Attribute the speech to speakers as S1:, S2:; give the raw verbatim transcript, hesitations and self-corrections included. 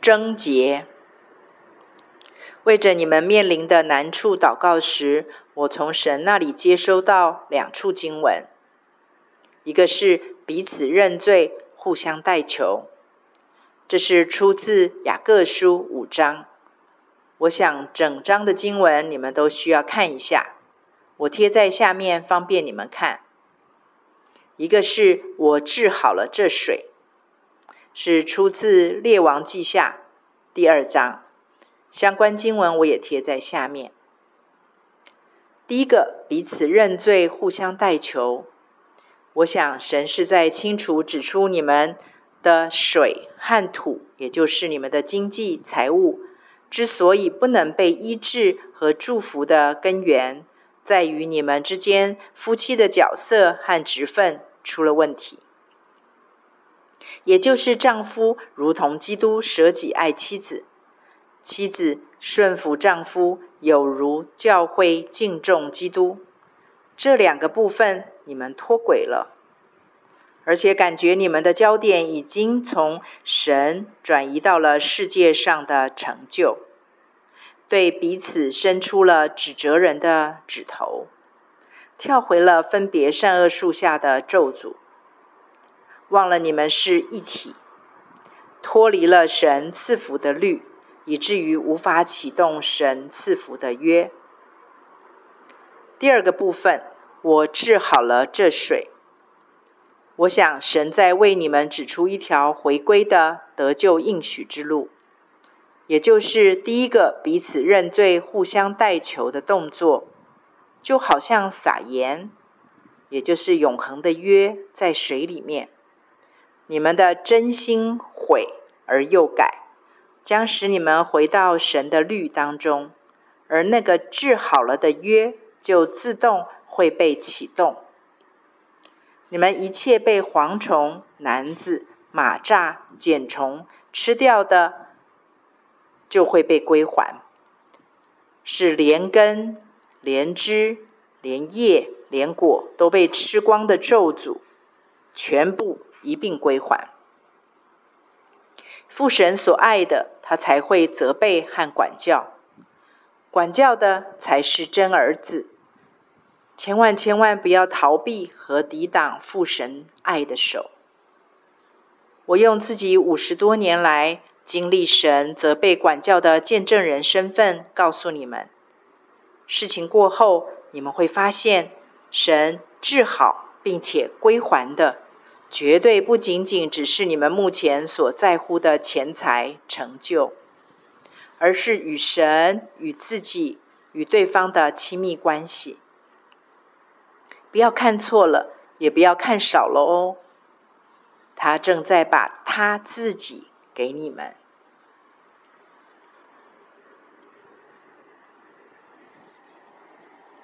S1: 症结。为着你们面临的难处祷告时，我从神那里接收到两处经文，一个是彼此认罪，互相代求，这是出自雅各书五章。我想整章的经文你们都需要看一下，我贴在下面方便你们看。一个是我治好了这水，是出自列王记下第二章，相关经文我也贴在下面。第一个，彼此认罪，互相代求。我想神是在清楚指出你们的水和土，也就是你们的经济财务，之所以不能被医治和祝福的根源，在于你们之间夫妻的角色和职分出了问题。也就是丈夫如同基督舍己爱妻子，妻子顺服丈夫，有如教会敬重基督。这两个部分你们脱轨了，而且感觉你们的焦点已经从神转移到了世界上的成就，对彼此伸出了指责人的指头，跳回了分别善恶树下的咒诅，忘了你们是一体，脱离了神赐福的律，以至于无法启动神赐福的约。第二个部分，我治好了这水。我想神在为你们指出一条回归的得救应许之路，也就是第一个彼此认罪互相代求的动作，就好像撒盐，也就是永恒的约在水里面。你们的真心悔而又改，将使你们回到神的律当中，而那个治好了的约就自动会被启动。你们一切被蝗虫、蝻子、蚂蚱、茧虫吃掉的，就会被归还，是连根、连枝、连叶、连果都被吃光的咒诅，全部一并归还。父神所爱的，他才会责备和管教，管教的才是真儿子。千万千万不要逃避和抵挡父神爱的手。我用自己五十多年来经历神责备管教的见证人身份告诉你们，事情过后，你们会发现神治好并且归还的，绝对不仅仅只是你们目前所在乎的钱财成就，而是与神、与自己、与对方的亲密关系。不要看错了，也不要看少了哦。他正在把他自己给你们。